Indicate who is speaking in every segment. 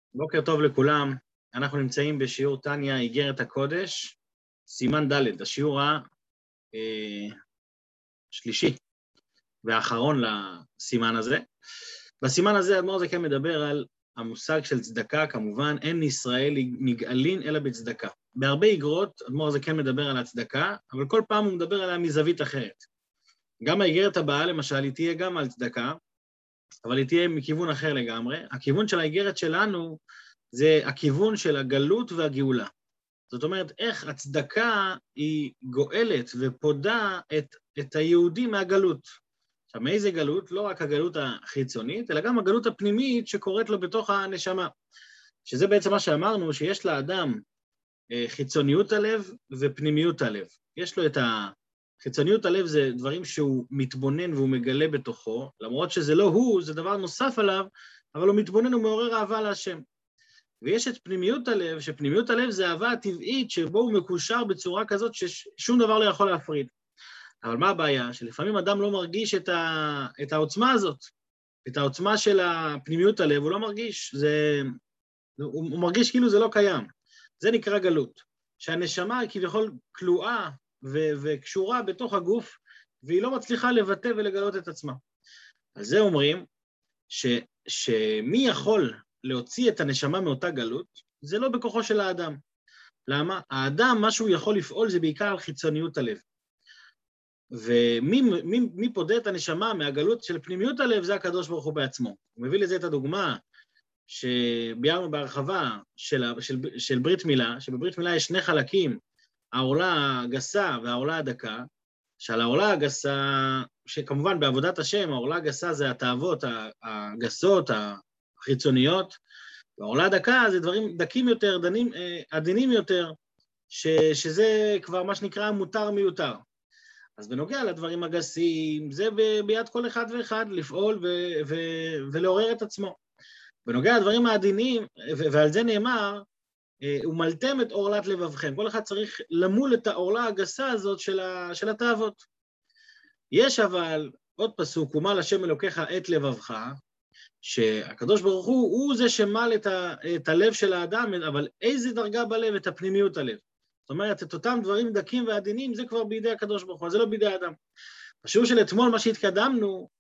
Speaker 1: בוקר טוב לכולם, אנחנו נמצאים בשיעור תניא, איגרת הקודש, סימן ד', השיעור השלישי והאחרון לסימן הזה. בסימן הזה האדמו"ר הזקן מדבר על המושג של צדקה, כמובן, אין ישראל נגאלין אלא בצדקה. בהרבה איגרות האדמו"ר הזקן מדבר על הצדקה, אבל כל פעם הוא מדבר עליה מזווית אחרת. גם האיגרת הבאה, למשל, היא תהיה גם על צדקה, אבל היא תהיה מכיוון אחר לגמרי. הכיוון של האיגרת שלנו זה הכיוון של הגלות והגאולה. זאת אומרת, איך הצדקה היא גואלת ופודה את היהודי מהגלות. עכשיו, מאיזה גלות? לא רק הגלות החיצונית, אלא גם הגלות הפנימית שקורית לו בתוך הנשמה. שזה בעצם מה שאמרנו, שיש לאדם חיצוניות הלב ופנימיות הלב. יש לו את חיצוניות הלב זה דברים שהוא מתבונן והוא מגלה בתוכו, למרות שזה לא הוא, זה דבר נוסף עליו, אבל הוא מתבונן ומעורר אהבה להשם. ויש את פנימיות הלב, שפנימיות הלב זה אהבה הטבעית, שבו הוא מקושר בצורה כזאת ששום דבר לא יכול להפריד. אבל מה הבעיה? שלפעמים אדם לא מרגיש את העוצמה הזאת, את העוצמה של הפנימיות הלב, הוא לא מרגיש, הוא מרגיש כאילו זה לא קיים. זה נקרא גלות, שהנשמה כביכול כלואה, וקשורה בתוך הגוף, והיא לא מצליחה לבטא ולגלות את עצמה. על זה אומרים שמי יכול להוציא את הנשמה מאותה גלות, זה לא בכוחו של האדם. למה? האדם, מה שהוא יכול לפעול זה בעיקר על חיצוניות הלב. ומי פודה את הנשמה מהגלות של פנימיות הלב, זה הקדוש ברוך הוא בעצמו. הוא מביא לזה את הדוגמה שביארנו בהרחבה של ברית מילה, שבברית מילה יש שני חלקים, העורלה הגסה והעורלה הדקה, שעל העורלה הגסה, שכמובן בעבודת השם, העורלה הגסה זה התאוות הגסות, החיצוניות, והעורלה הדקה זה דברים דקים יותר, עדינים יותר, שזה כבר מה שנקרא מותר מיותר. אז בנוגע לדברים הגסים, זה ביד כל אחד ואחד לפעול ולעורר את עצמו. בנוגע לדברים העדינים, ועל זה נאמר, ומלתם את עורלת לבבכם. כל אחד צריך למול את העורלה הגסה הזאת של התאוות. יש אבל עוד פסוק, ומל השם אלוקיך את לבבך, שהקדוש ברוך הוא זה שמל את הלב של האדם, אבל איזה דרגה בלב? את הפנימיות הלב. זאת אומרת, את אותם דברים דקים ועדינים, זה כבר בידי הקדוש ברוך הוא, זה לא בידי האדם. בשיעור של אתמול, מה שהתקדמנו,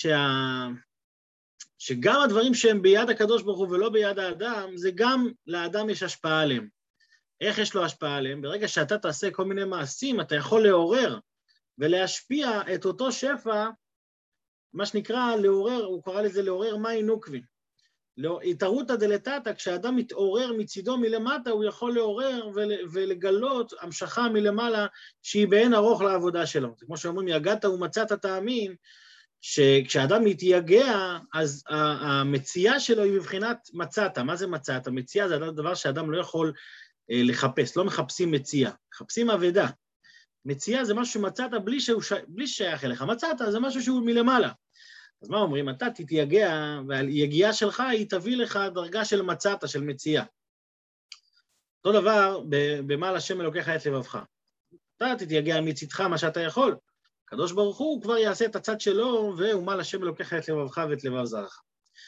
Speaker 1: שגם הדברים שהם ביד הקדוש ברוך הוא ולא ביד האדם, זה גם לאדם יש השפעה עליהם. איך יש לו השפעה עליהם? ברגע שאתה תעשה כל מיני מעשים, אתה יכול לעורר ולהשפיע את אותו שפע, מה שנקרא לעורר, הוא קרא לזה לעורר מים נוקבים. התערותא דלתתא, כשאדם מתעורר מצידו מלמטה, הוא יכול לעורר ולגלות המשכה מלמעלה, שהיא בעין ארוך לעבודה שלו. זה כמו שאומרים, יגעת ומצאת תאמין, שכשאדם מתייגע, אז המציאה שלו היא בבחינת מצאת. מה זה מצאת? המציאה זה דבר שאדם לא יכול לחפש, לא מחפשים מציאה, מחפשים עבדה. מציאה זה משהו שמצאת בלי שייך אליך, מצאת זה משהו שהוא מלמעלה. אז מה אומרים? אתה תתייגע, והיגיעה שלך היא תביא לך דרגה של מצאת, של מציאה. אותו דבר, במעל השם אלוקיך את לבבך. אתה תתייגע מצדך מה שאתה יכול. הקדוש ברוך הוא כבר יעשה את הצד שלו, ומעל השם אלוקיך את לבבך ואת לבב זרעך.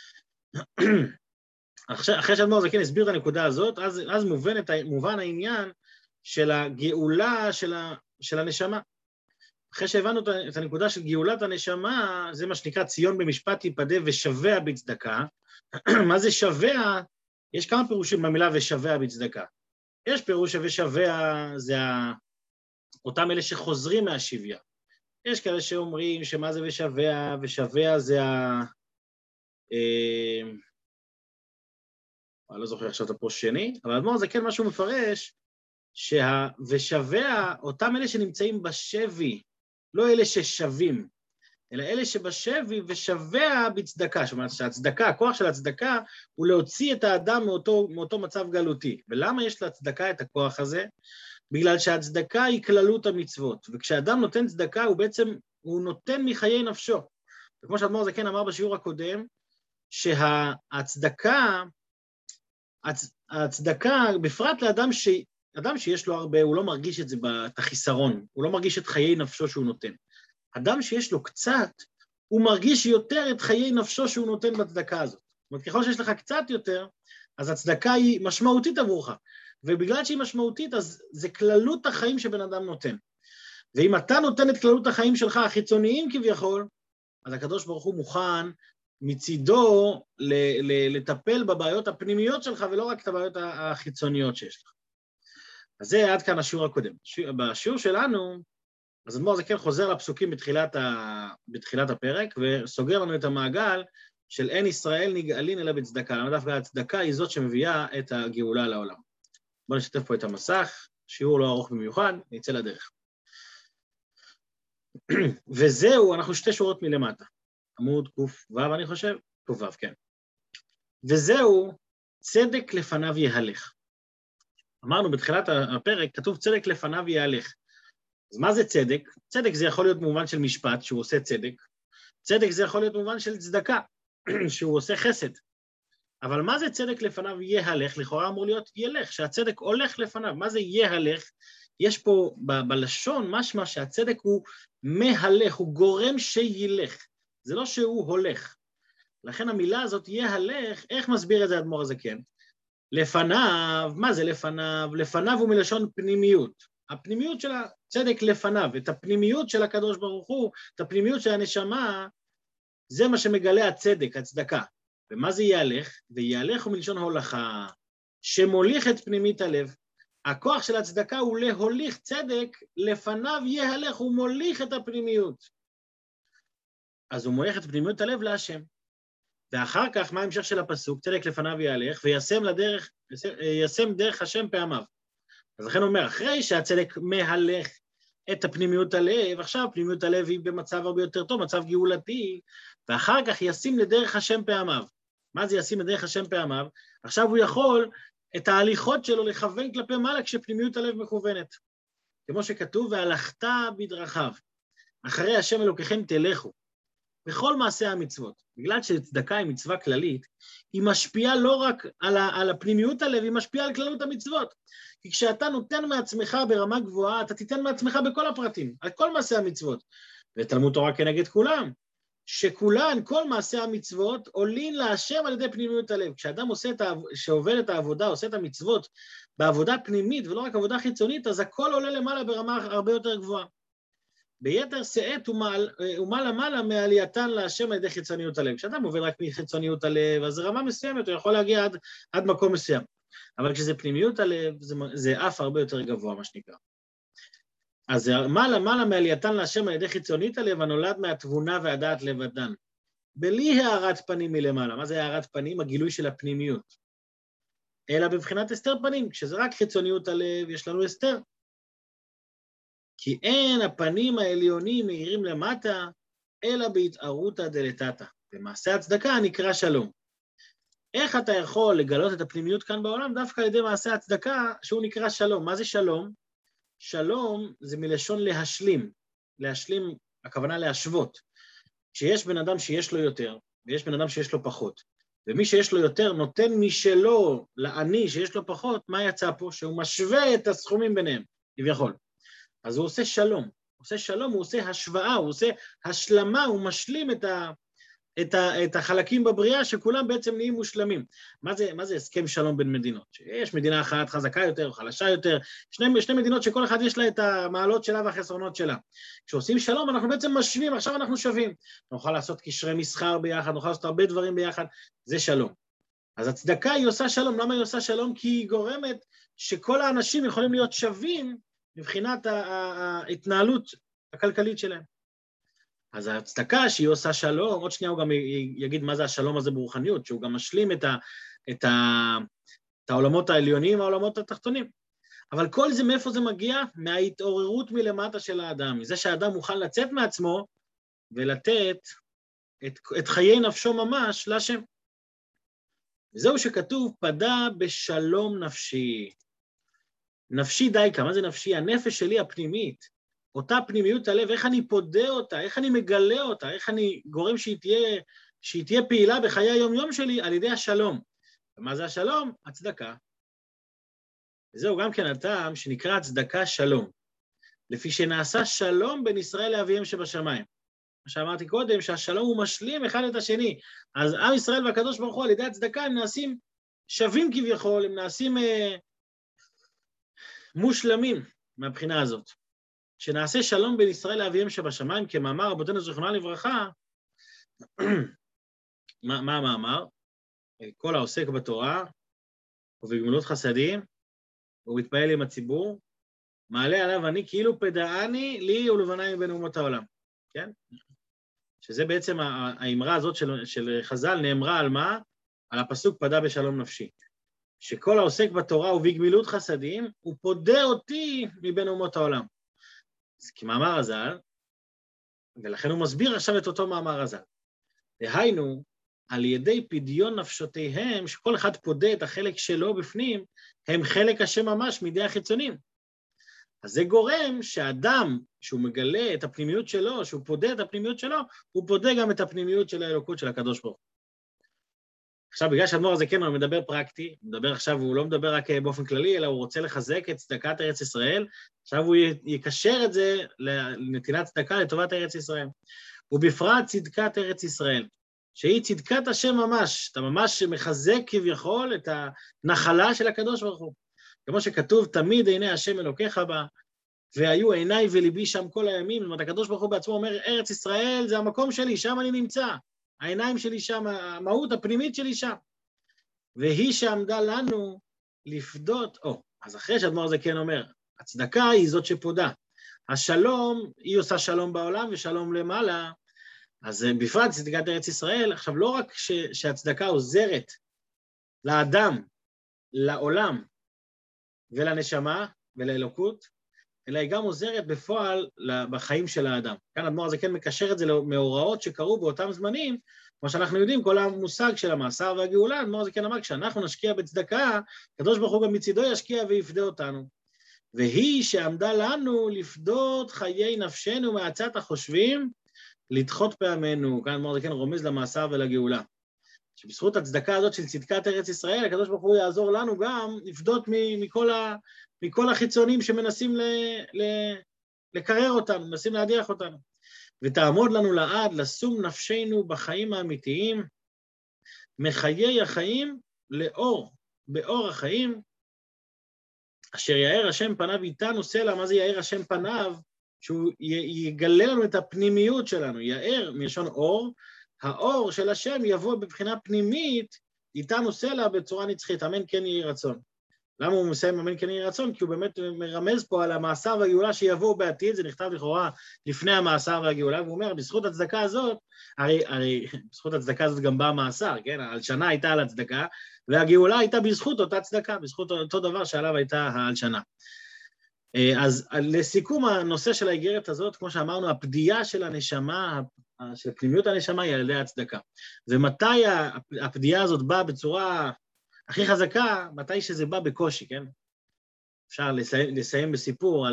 Speaker 1: אחרי שהאדמו"ר הזקן הסביר את הנקודה הזאת, אז מובן העניין של הגאולה של הנשמה. אחרי שהבנו את הנקודה של גאולת הנשמה, זה מה שנקרא ציון במשפט ייפדה ושבע בצדקה. מה זה שבע? יש כמה פירושים במילה ושבע בצדקה. יש פירוש ושבע זה אותם אלה שחוזרים מהשביה. יש כאלה שאומרים שמה זה ושבע, ושבע זה אני לא זוכר עכשיו את הפרוש שני, אבל האדמו"ר זה כן משהו מפרש, ושבע, אותם אלה שנמצאים בשבי, לא אלה ששווים, אלא אלה שבשבי ושבע בצדקה, זאת אומרת שהצדקה, הכוח של הצדקה הוא להוציא את האדם מאותו מצב גלותי. ולמה יש לצדקה את הכוח הזה? בגלל שהצדקה היא כללות המצוות, וכשאדם נותן צדקה הוא נותן מחיי נפשו. וכמו שהאדמו"ר הזקן אמר בשיעור הקודם, שהצדקה, בפרט אדם שיש לו הרבה, הוא לא מרגיש את זה את החיסרון, הוא לא מרגיש את חיי נפשו שהוא נותן. אדם שיש לו קצת, הוא מרגיש יותר את חיי נפשו שהוא נותן בצדקה הזאת. זאת אומרת, ככל שיש לך קצת יותר, אז הצדקה היא משמעותית עבורך, ובגלל שהיא משמעותית, אז זה כללות החיים שבן אדם נותן. ואם אתה נותן את כללות החיים שלך, החיצוניים כביכול, אז הקדוש ברוך הוא מוכן מצידו לטפל בבעיות הפנימיות שלך, ולא רק את הבעיות החיצוניות שיש לך. אז זה עד כאן השיעור הקודם. בשיעור שלנו, אז אדמו"ר הזקן חוזר לפסוקים בתחילת הפרק, וסוגר לנו את המעגל של אין ישראל נגאלין אלא בצדקה. למה דווקא הצדקה היא זאת שמביאה את הגאולה לעולם. בואו נשתף פה את המסך, שיעור לא ארוך במיוחד, נצא לדרך. וזהו, אנחנו שתי שורות מלמטה. עמוד ק"ו, אני חושב, ק"ו, כן. וזהו, צדק לפניו יהלך. אמרנו בתחילת הפרק, כתוב צדק לפניו יהלך. אז מה זה צדק? צדק זה יכול להיות במובן של משפט, שהוא עושה צדק. צדק זה יכול להיות במובן של צדקה, שהוא עושה חסד. אבל מה זה צדק לפניו יהלך? לכאורה אמור להיות ילך, שהצדק הולך לפניו. מה זה יהלך? יש פה בלשון משמע שהצדק הוא מהלך, הוא גורם שילך. זה לא שהוא הולך. לכן המילה הזאת יהלך, איך מסביר את זה האדמו"ר הזקן? לפניו, מה זה לפניו? לפניו הוא מלשון פנימיות. הפנימיות של הצדק לפניו, את הפנימיות של הקדוש ברוך הוא, את הפנימיות של הנשמה, זה מה שמגלה הצדק, הצדקה. ומה זה יהלך? ויהלך הוא מלשון הולכה, שמוליך את פנימית הלב. הכוח של הצדקה הוא להוליך צדק, לפניו יהלך, הוא מוליך את הפנימיות. אז הוא מוליך את פנימיות הלב להשם. ואחר כך, מה ההמשך של הפסוק? צדק לפניו יהלך, וישם דרך השם פעמיו. אז לכן הוא אומר, אחרי שהצדק מהלך את הפנימיות הלב, עכשיו פנימיות הלב היא במצב הרבה יותר טוב, מצב גאולתי, ואחר כך ישים לדרך השם פעמיו. מה זה ישים לדרך השם פעמיו? עכשיו הוא יכול את ההליכות שלו לכוון כלפי מעלה כשפנימיות הלב מכוונת. כמו שכתוב, והלכת בדרכיו. אחרי השם אלוקיכם תלכו. בכל מעשה המצוות. בגלל שצדקה היא מצווה כללית, היא משפיעה לא רק על הפנימיות הלב, היא משפיעה על כללות המצוות. כי כשאתה נותן מעצמך ברמה גבוהה, אתה תיתן מעצמך בכל הפרטים, על כל מעשה המצוות. ותלמוד תורה כנגד כולם, שכולן, כל מעשה המצוות, עולים להשם על ידי פנימיות הלב. כשאדם שעובד את העבודה, עושה את המצוות בעבודה פנימית, ולא רק עבודה חיצונית, אז הכל עולה למעלה ברמה הרבה יותר גבוהה. ביתר שאת ומעלה מעלייתן להשם על ידי חיצוניות הלב. כשאדם עובד רק מחיצוניות הלב, אז רמה מסוימת, הוא יכול להגיע עד מקום מסוים. אבל כשזה פנימיות הלב, זה אף הרבה יותר גבוה, מה שנקרא. אז מעלה מעלייתן להשם על ידי חיצונית הלב, הנולד מהתבונה והדעת לבדן. בלי הערת פנים מלמעלה. מה זה הערת פנים? הגילוי של הפנימיות. אלא בבחינת הסתר פנים. כשזה רק חיצוניות הלב, יש לנו הסתר. כי אין הפנים העליונים מאירים למטה, אלא בהתערותא דלתתא. במעשה הצדקה נקרא שלום. איך אתה יכול לגלות את הפנימיות כאן בעולם? דווקא על ידי מעשה הצדקה, שהוא נקרא שלום. מה זה שלום? שלום זה מלשון להשלים. להשלים, הכוונה להשוות. כשיש בן אדם שיש לו יותר, ויש בן אדם שיש לו פחות, ומי שיש לו יותר נותן משלו לעני שיש לו פחות, מה יצא פה? שהוא משווה את הסכומים ביניהם, כביכול. אז הוא עושה שלום. הוא עושה שלום, הוא עושה השוואה, הוא עושה השלמה, הוא משלים את החלקים בבריאה שכולם בעצם נהיים מושלמים. מה זה הסכם שלום בין מדינות? שיש מדינה אחת חזקה יותר או חלשה יותר, שני מדינות שכל אחד יש לה את המעלות שלה והחסרונות שלה. כשעושים שלום אנחנו בעצם משווים, עכשיו אנחנו שווים. נוכל לעשות קשרי מסחר ביחד, נוכל לעשות הרבה דברים ביחד, זה שלום. אז הצדקה היא עושה שלום. למה היא עושה שלום? כי היא גורמת שכל האנשים יכולים להיות שווים מבחינת ההתנהלות הכלכלית שלהם. אז הצדקה שהיא עושה שלום, עוד שנייה הוא גם יגיד מה זה השלום הזה ברוחניות, שהוא גם משלים את העולמות העליונים והעולמות התחתונים. אבל כל זה מאיפה זה מגיע? מההתעוררות מלמטה של האדם, מזה שהאדם מוכן לצאת מעצמו ולתת את חיי נפשו ממש להשם. וזהו שכתוב, פדה בשלום נפשי. נפשי דייקה, מה זה נפשי? הנפש שלי הפנימית, אותה פנימיות הלב, איך אני פודה אותה, איך אני מגלה אותה, איך אני גורם שהיא תהיה פעילה בחיי היום-יום שלי על ידי השלום. ומה זה השלום? הצדקה. וזהו גם כן הטעם שנקרא הצדקה שלום, לפי שנעשה שלום בין ישראל לאביהם שבשמיים. מה שאמרתי קודם, שהשלום הוא משלים אחד את השני. אז עם ישראל והקדוש ברוך הוא על ידי הצדקה הם נעשים שווים כביכול, הם נעשים מושלמים מהבחינה הזאת. שנעשה שלום בין ישראל לאביהם שבשמיים, כמאמר רבותינו זיכרונם לברכה, מה המאמר? כל העוסק בתורה ובגמילות חסדים, הוא מתפעל עם הציבור, מעלה עליו אני כאילו פדעני לי ולבניי מבין אומות העולם, כן? שזה בעצם האמרה הזאת של חז"ל נאמרה על מה? על הפסוק פדה בשלום נפשי. שכל העוסק בתורה ובגמילות חסדים, הוא פודה אותי מבין אומות העולם. זה כמאמר הז"ל, ולכן הוא מסביר עכשיו את אותו מאמר הז"ל. דהיינו, על ידי פדיון נפשותיהם, שכל אחד פודה את החלק שלו בפנים, הם חלק השם ממש מידי החיצונים. אז זה גורם שהאדם, שהוא מגלה את הפנימיות שלו, שהוא פודה את הפנימיות שלו, הוא פודה גם את הפנימיות של האלוקות של הקדוש ברוך הוא. עכשיו, בגלל שהאדמו"ר הזה כן, הוא מדבר פרקטי, הוא לא מדבר רק באופן כללי, אלא הוא רוצה לחזק את צדקת ארץ ישראל, עכשיו הוא יקשר את זה לנתינת צדקה לטובת ארץ ישראל. ובפרט צדקת ארץ ישראל, שהיא צדקת השם ממש, אתה ממש מחזק כביכול את הנחלה של הקדוש ברוך הוא. כמו שכתוב, תמיד עיני השם אלוקיך בה, והיו עיניי וליבי שם כל הימים, זאת אומרת, הקדוש ברוך הוא בעצמו אומר, ארץ ישראל זה המקום שלי, שם אני נמצא, העיניים שלי שם, המהות הפנימית שלי שם. והיא שעמדה לנו לפדות, אז אחרי שהאדמו"ר הזה כן אומר, הצדקה היא זאת שפודה, השלום, היא עושה שלום בעולם ושלום למעלה, אז בפרט צדקת ארץ ישראל, עכשיו לא רק שהצדקה עוזרת לאדם, לעולם ולנשמה ולאלוקות, אלא היא גם עוזרת בפועל בחיים של האדם. כאן האדמו"ר הזה כן מקשר את זה למאורעות שקרו באותם זמנים, כמו שאנחנו יודעים, כל המושג של המאסר והגאולה, האדמו"ר הזה כן אמר, כשאנחנו נשקיע בצדקה, הקדוש ברוך הוא גם מצידו ישקיע ויפדה אותנו. והיא שעמדה לנו לפדות חיי נפשנו מעצת החושבים, לדחות פעמנו, כאן האדמו"ר הזה כן רומז למאסר ולגאולה. שבזכות הצדקה הזאת של צדקת ארץ ישראל, הקדוש ברוך הוא יעזור לנו גם לפדות מכל החיצונים שמנסים לקרר אותנו, מנסים להדיח אותנו. ותעמוד לנו לעד, לשום נפשנו בחיים האמיתיים, מחיי החיים באור החיים, אשר יאר השם פניו איתנו סלע. מה זה יאר השם פניו? שהוא יגלה לנו את הפנימיות שלנו, יאר מלשון אור, האור של השם יבוא בבחינה פנימית, איתנו סלע בצורה נצחית, אמן כן יהי רצון. למה הוא מסיים אמן כן יהי רצון? כי הוא באמת מרמז פה על המאסר והגאולה שיבואו בעתיד, זה נכתב לכאורה לפני המאסר והגאולה, והוא אומר, בזכות הצדקה הזאת, הרי בזכות הצדקה הזאת גם בא המאסר, כן? ההלשנה הייתה על הצדקה, והגאולה הייתה בזכות אותה צדקה, בזכות אותו דבר שעליו הייתה ההלשנה. אז לסיכום הנושא של האיגרת הזאת, כמו שאמרנו, הפדיעה של הנשמה, של פנימיות הנשמה היא על ידי הצדקה. ומתי הפדיעה הזאת באה בצורה הכי חזקה? מתי שזה בא בקושי, כן? אפשר לסיים בסיפור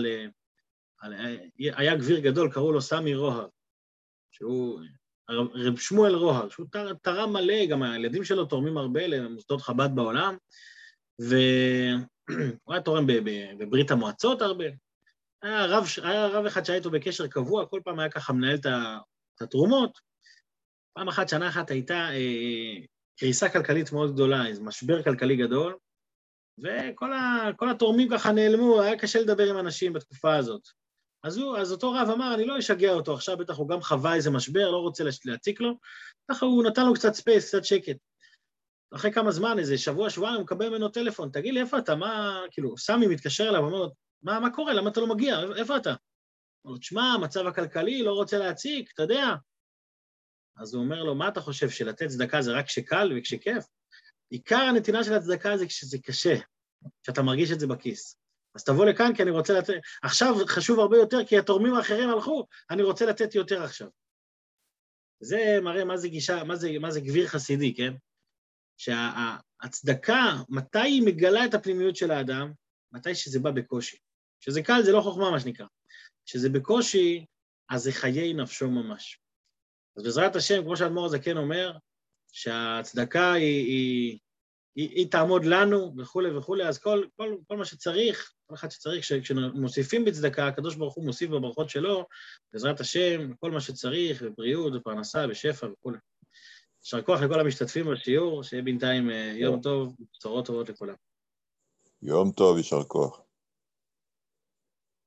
Speaker 1: היה גביר גדול, קראו לו סמי רוהר, שהוא רב שמואל רוהר, שהוא תרם מלא, גם הילדים שלו תורמים הרבה למוסדות חב"ד בעולם, הוא היה תורם בברית המועצות הרבה. היה רב אחד שהיה איתו בקשר קבוע, כל פעם היה ככה מנהל את התרומות. פעם אחת, שנה אחת, הייתה קריסה כלכלית מאוד גדולה, איזה משבר כלכלי גדול, וכל התורמים ככה נעלמו, היה קשה לדבר עם אנשים בתקופה הזאת. אז אותו רב אמר, אני לא אשגע אותו, עכשיו בטח הוא גם חווה איזה משבר, לא רוצה להציק לו, ככה הוא נתן לו קצת ספייס, קצת שקט. אחרי כמה זמן, איזה שבוע, הוא מקבל ממנו טלפון, תגיד לי, איפה אתה? כאילו, סמי מתקשר אליו, אומר לו, מה קורה? למה אתה לא מגיע? איפה אתה? הוא אומר, תשמע, המצב הכלכלי, לא רוצה להציק, אתה יודע. אז הוא אומר לו, מה אתה חושב, שלתת צדקה זה רק כשקל וכשכיף? עיקר הנתינה של הצדקה זה כשזה קשה, שאתה מרגיש את זה בכיס. אז תבוא לכאן, כי אני רוצה לתת, עכשיו חשוב הרבה יותר, כי התורמים האחרים הלכו, אני רוצה לתת יותר עכשיו. זה מראה מה זה גישה, מה זה גביר חסידי, כן? שהצדקה, מתי היא מגלה את הפנימיות של האדם? מתי שזה בא בקושי. שזה קל, זה לא חוכמה, מה שנקרא. שזה בקושי, אז זה חיי נפשו ממש. אז בעזרת השם, כמו שהאדמו"ר הזה כן אומר, שהצדקה היא תעמוד לנו וכו' וכו', אז כל מה שצריך, כל אחד שצריך, כשמוסיפים בצדקה, הקדוש ברוך הוא מוסיף בברכות שלו, בעזרת השם, כל מה שצריך, בבריאות, בפרנסה, בשפע וכו'. יישר כוח לכל המשתתפים בשיעור, שיהיה בינתיים יום טוב, בשורות טובות לכולם.
Speaker 2: יום טוב, יישר כוח.